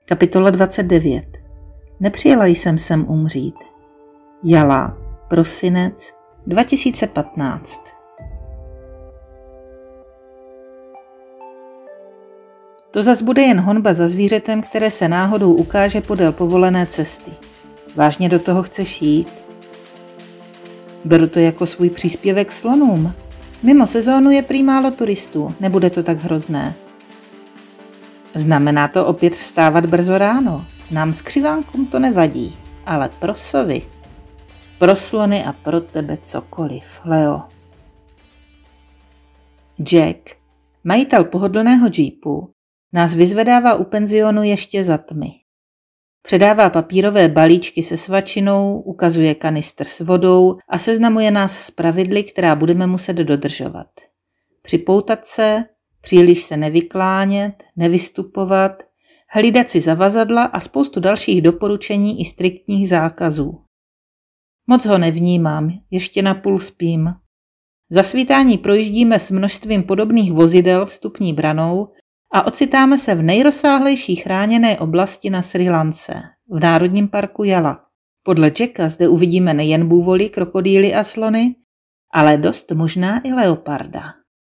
Kapitola 29. Nepřijela jsem sem umřít. Jala, prosinec 2015. To zas bude jen honba za zvířetem, které se náhodou ukáže podél povolené cesty. Vážně do toho chceš jít? Beru to jako svůj příspěvek slonům. Mimo sezónu je prý málo turistů, nebude to tak hrozné. Znamená to opět vstávat brzo ráno. Nám skřivánkům to nevadí, ale pro sovy, pro slony a pro tebe cokoliv, Leo. Jack, majitel pohodlného džípu, nás vyzvedává u penzionu ještě za tmy. Předává papírové balíčky se svačinou, ukazuje kanistr s vodou a seznamuje nás s pravidly, která budeme muset dodržovat. Připoutat se, příliš se nevyklánět, nevystupovat, hlídat si zavazadla a spoustu dalších doporučení i striktních zákazů. Moc ho nevnímám, ještě napůl spím. Za svítání projíždíme s množstvím podobných vozidel vstupní branou a ocitáme se v nejrozsáhlejší chráněné oblasti na Srí Lance, v Národním parku Jala. Podle Jacka zde uvidíme nejen bůvoly, krokodýly a slony, ale dost možná i leoparda.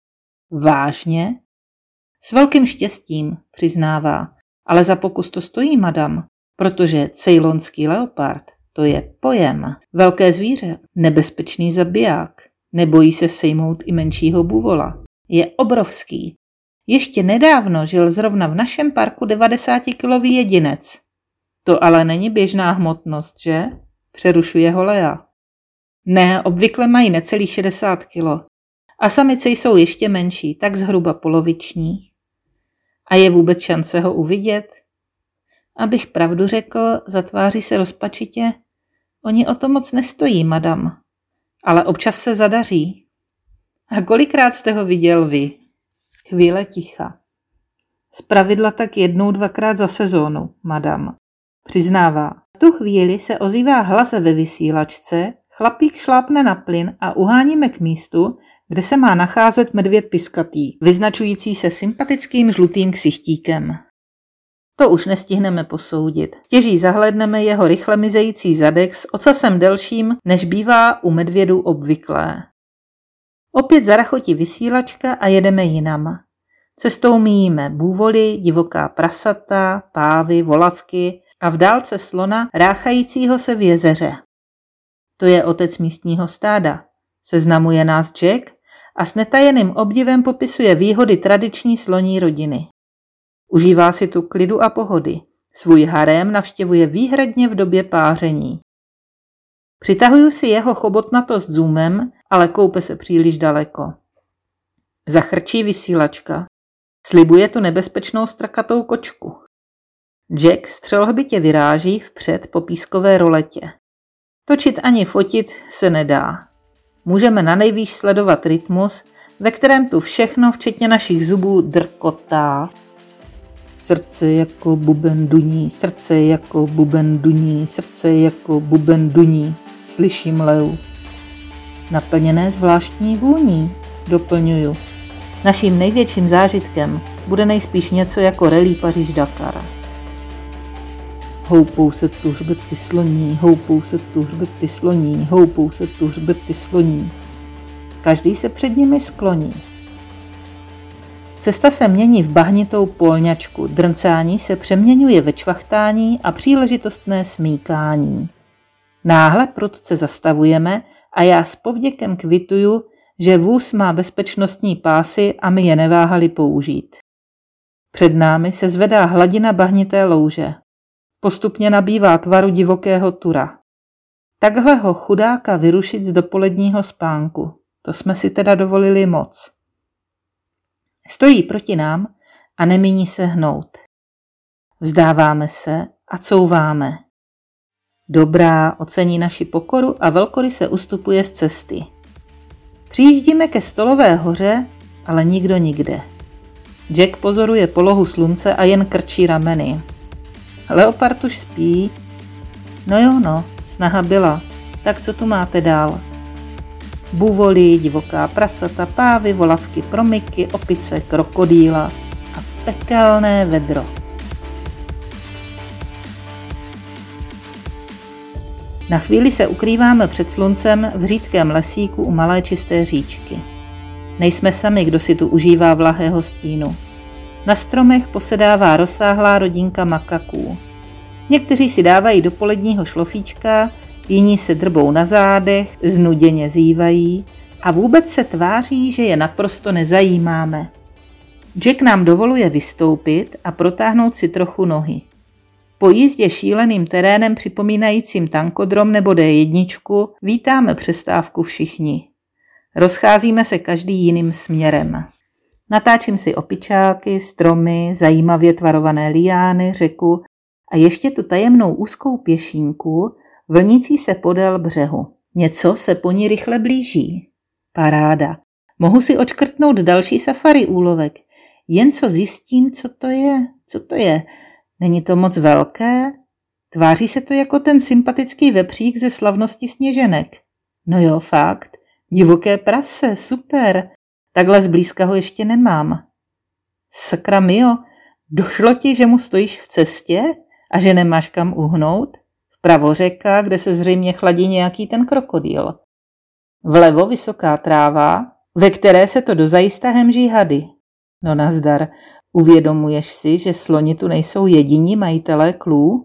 Vážně? S velkým štěstím, přiznává, ale za pokus to stojí, madam, protože ceylonský leopard, to je pojem, velké zvíře, nebezpečný zabiják, nebojí se sejmout i menšího bůvola. Je obrovský. Ještě nedávno žil zrovna v našem parku 90kilový jedinec. To ale není běžná hmotnost, že? Přerušuje ho Lea. Ne, obvykle mají necelých 60 kilo. A samice jsou ještě menší, tak zhruba poloviční. A je vůbec šance ho uvidět? Abych pravdu řekl, zatváří se rozpačitě. Oni o to moc nestojí, madam. Ale občas se zadaří. A kolikrát jste ho viděl vy? Chvíle ticha. Zpravidla tak 1-2krát za sezónu, madam. Přiznává. V tu chvíli se ozývá hlas ve vysílačce, chlapík šlápne na plyn a uháníme k místu, kde se má nacházet medvěd piskatý, vyznačující se sympatickým žlutým ksichtíkem. To už nestihneme posoudit. Stěží zahlédneme jeho rychle mizející zadek s ocasem delším, než bývá u medvědů obvyklé. Opět zarachotí vysílačka a jedeme jinam. Cestou míjíme bůvoly, divoká prasata, pávy, volavky a v dálce slona ráchajícího se v jezeře. To je otec místního stáda, seznamuje nás Jack a s netajeným obdivem popisuje výhody tradiční sloní rodiny. Užívá si tu klidu a pohody. Svůj harém navštěvuje výhradně v době páření. Přitahuju si jeho chobotnatost zoomem, ale koupe se příliš daleko. Zachrčí vysílačka. Slibuje tu nebezpečnou strakatou kočku. Jack střelhbitě vyráží vpřed po pískové roletě. Točit ani fotit se nedá. Můžeme nanejvýš sledovat rytmus, ve kterém tu všechno, včetně našich zubů, drkotá. Srdce jako buben duní, srdce jako buben duní, srdce jako buben duní. Slyším Leu. Naplněné zvláštní vůní, doplňuju. Naším největším zážitkem bude nejspíš něco jako rally Paříž-Dakar. Houpou se tu hřbety sloní, houpou se tu hřbety sloní, houpou se tu hřbety sloní. Každý se před nimi skloní. Cesta se mění v bahnitou polňačku, drncání se přeměňuje ve čvachtání a příležitostné smíkání. Náhle prudce zastavujeme a já s povděkem kvituju, že vůz má bezpečnostní pásy a my je neváhali použít. Před námi se zvedá hladina bahnité louže. Postupně nabývá tvaru divokého tura. Takhle ho chudáka vyrušit z dopoledního spánku. To jsme si teda dovolili moc. Stojí proti nám a nemíní se hnout. Vzdáváme se a couváme. Dobrá, ocení naši pokoru a velkoryse ustupuje z cesty. Přijíždíme ke Stolové hoře, ale nikdo nikde. Jack pozoruje polohu slunce a jen krčí rameny. Leopard už spí. No, snaha byla. Tak co tu máte dál? Bůvoly, divoká prasata, pávy, volavky, promyky, opice, krokodýla a pekelné vedro. Na chvíli se ukrýváme před sluncem v řídkém lesíku u malé čisté říčky. Nejsme sami, kdo si tu užívá vlahého stínu. Na stromech posedává rozsáhlá rodinka makaků. Někteří si dávají do poledního šlofíčka, jiní se drbou na zádech, znuděně zívají a vůbec se tváří, že je naprosto nezajímáme. Jack nám dovoluje vystoupit a protáhnout si trochu nohy. Po jízdě šíleným terénem připomínajícím tankodrom nebo D1 vítáme přestávku všichni. Rozcházíme se každý jiným směrem. Natáčím si opičáky, stromy, zajímavě tvarované liány, řeku a ještě tu tajemnou úzkou pěšínku, vlnící se podél břehu. Něco se po ní rychle blíží. Paráda. Mohu si odškrtnout další safari úlovek. Jen co zjistím, co to je. Co to je? Není to moc velké? Tváří se to jako ten sympatický vepřík ze Slavnosti sněženek. No jo, fakt. Divoké prase, super. Takhle zblízka ho ještě nemám. Sakra mio, došlo ti, že mu stojíš v cestě a že nemáš kam uhnout? Vpravo řeka, kde se zřejmě chladí nějaký ten krokodýl. Vlevo vysoká tráva, ve které se to dozajista hemží hady. No nazdar, uvědomuješ si, že sloni tu nejsou jediní majitelé klů?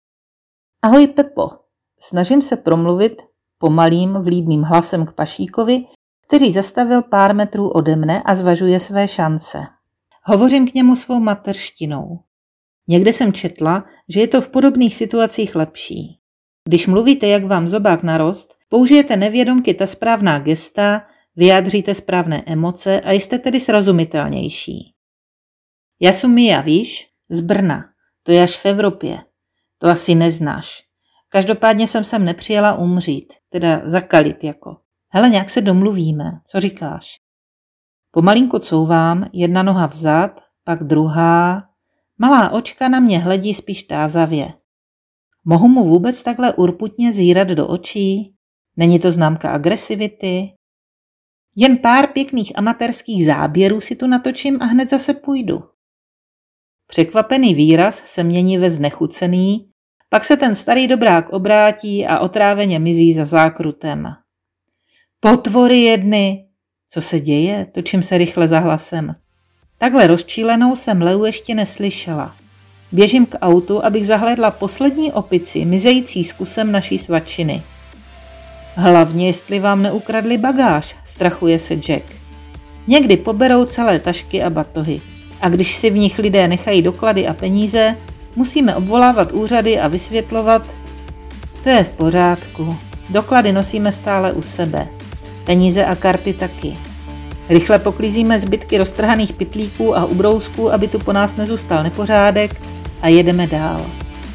Ahoj Pepo, snažím se promluvit pomalým vlídným hlasem k pašíkovi, který zastavil pár metrů ode mne a zvažuje své šance. Hovořím k němu svou mateřštinou. Někde jsem četla, že je to v podobných situacích lepší. Když mluvíte, jak vám zobák narost, použijete nevědomky ta správná gesta, vyjádříte správné emoce a jste tedy srozumitelnější. Já jsem Mia, víš? Z Brna. To je až v Evropě. To asi neznáš. Každopádně jsem sem nepřijela umřít, teda zakalit jako. Hele, nějak se domluvíme, co říkáš? Pomalinku couvám, jedna noha vzad, pak druhá. Malá očka na mě hledí spíš tázavě. Mohu mu vůbec takhle urputně zírat do očí? Není to známka agresivity? Jen pár pěkných amatérských záběrů si tu natočím a hned zase půjdu. Překvapený výraz se mění ve znechucený, pak se ten starý dobrák obrátí a otráveně mizí za zákrutem. Potvory jedny! Co se děje? Točím se rychle za hlasem. Takhle rozčílenou jsem Leu ještě neslyšela. Běžím k autu, abych zahlédla poslední opici, mizející s kusem naší svačiny. Hlavně, jestli vám neukradli bagáž, strachuje se Jack. Někdy poberou celé tašky a batohy. A když si v nich lidé nechají doklady a peníze, musíme obvolávat úřady a vysvětlovat. To je v pořádku. Doklady nosíme stále u sebe. Peníze a karty taky. Rychle poklízíme zbytky roztrhaných pytlíků a ubrousků, aby tu po nás nezůstal nepořádek a jedeme dál.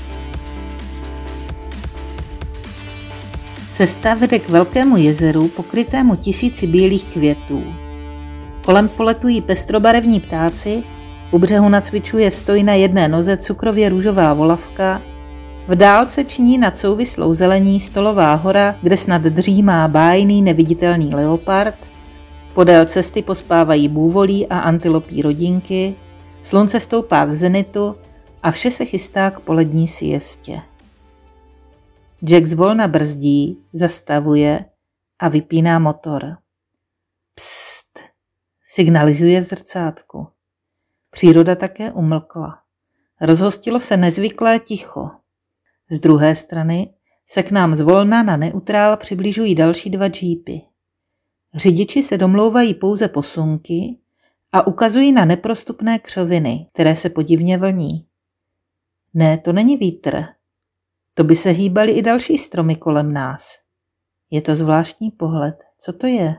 Cesta vede k velkému jezeru pokrytému tisíci bílých květů. Kolem poletují pestrobarevní ptáci, u břehu nacvičuje stojí na jedné noze cukrově růžová volavka, v dálce ční nad souvislou zelení stolová hora, kde snad dřímá bájný neviditelný leopard, podél cesty pospávají bůvolí a antilopí rodinky, slunce stoupá k zenitu a vše se chystá k polední siestě. Jack zvolna brzdí, zastavuje a vypíná motor. Psst, signalizuje v zrcátku. Příroda také umlkla. Rozhostilo se nezvyklé ticho. Z druhé strany se k nám zvolna na neutrál přibližují další dva džípy. Řidiči se domlouvají pouze posunky a ukazují na neprostupné křoviny, které se podivně vlní. Ne, to není vítr. To by se hýbaly i další stromy kolem nás. Je to zvláštní pohled. Co to je?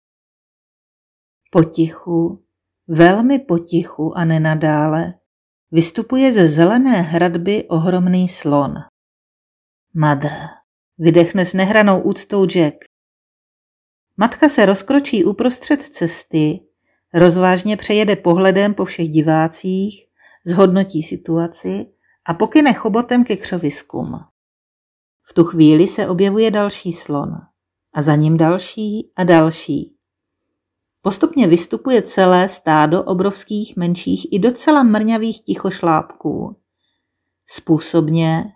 Potichu, velmi potichu a nenadále vystupuje ze zelené hradby ohromný slon. Madr, vydechne s nehranou úctou Jack. Matka se rozkročí uprostřed cesty, rozvážně přejede pohledem po všech divácích, zhodnotí situaci a pokyne chobotem ke křoviskům. V tu chvíli se objevuje další slon a za ním další a další. Postupně vystupuje celé stádo obrovských, menších i docela mrňavých tichošlápků. Způsobně,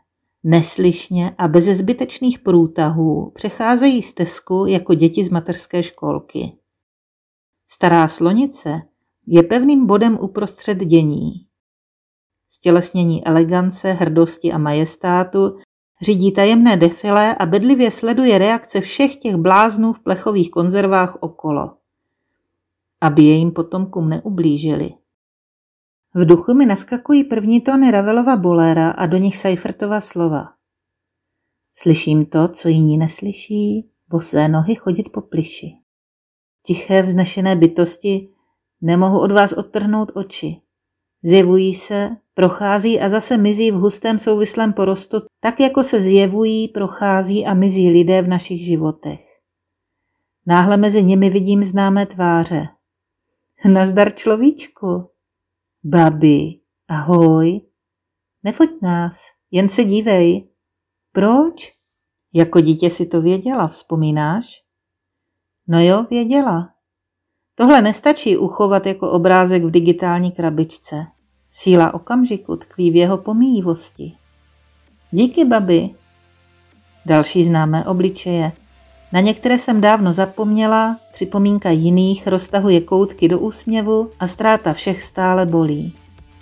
Neslyšně a beze zbytečných průtahů přecházejí stezku jako děti z mateřské školky. Stará slonice je pevným bodem uprostřed dění. Stělesnění elegance, hrdosti a majestátu řídí tajemné defilé a bedlivě sleduje reakce všech těch bláznů v plechových konzervách okolo, aby jejím potomkům neublížili. V duchu mi naskakují první tóny Ravelova boléra a do nich Seifertova slova. Slyším to, co jiní neslyší, bosé nohy chodit po plyši. Tiché vznešené bytosti nemohu od vás odtrhnout oči. Zjevují se, prochází a zase mizí v hustém souvislém porostu, tak jako se zjevují, prochází a mizí lidé v našich životech. Náhle mezi nimi vidím známé tváře. Nazdar, človíčku. Babi, ahoj. Nefoť nás, jen se dívej. Proč? Jako dítě si to věděla, vzpomínáš? No jo, věděla. Tohle nestačí uchovat jako obrázek v digitální krabičce. Síla okamžiku tkví v jeho pomíjivosti. Díky, babi. Další známé obličeje. Na některé jsem dávno zapomněla, připomínka jiných roztahuje koutky do úsměvu a ztráta všech stále bolí.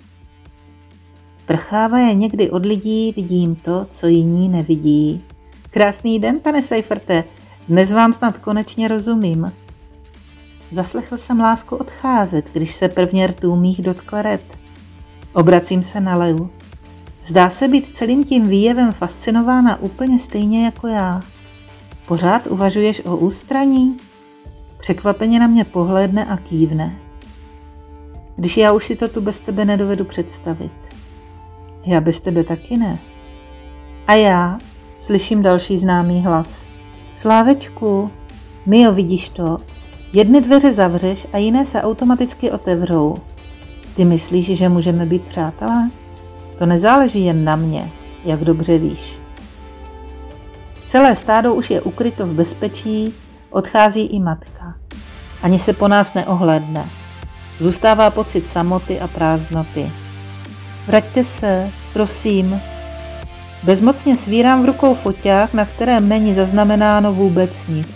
Prchává je někdy od lidí, vidím to, co jiní nevidí. Krásný den, pane Seiferte, dnes vám snad konečně rozumím. Zaslechl jsem lásku odcházet, když se prvně rtů mých dotkl ret. Obracím se na Leu. Zdá se být celým tím výjevem fascinována úplně stejně jako já. Pořád uvažuješ o ústraní? Překvapeně na mě pohlédne a kývne. Když já už si to tu bez tebe nedovedu představit. Já bez tebe taky ne. A já slyším další známý hlas. Slávečku, Mio, vidíš to? Jedny dveře zavřeš a jiné se automaticky otevřou. Ty myslíš, že můžeme být přátelé? To nezáleží jen na mě, jak dobře víš. Celé stádo už je ukryto v bezpečí, odchází i matka. Ani se po nás neohlédne. Zůstává pocit samoty a prázdnoty. Vraťte se, prosím. Bezmocně svírám v rukou foťák, na kterém není zaznamenáno vůbec nic.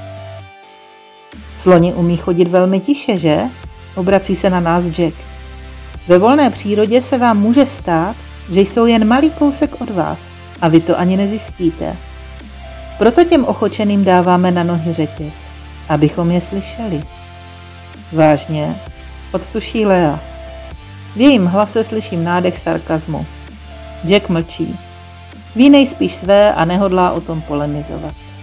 Sloni umí chodit velmi tiše, že? Obrací se na nás Jack. Ve volné přírodě se vám může stát, že jsou jen malý kousek od vás a vy to ani nezjistíte. Proto těm ochočeným dáváme na nohy řetěz, abychom je slyšeli. Vážně, odtuší Lea. V jejím hlase slyším nádech sarkazmu. Jack mlčí. Ví nejspíš své a nehodlá o tom polemizovat.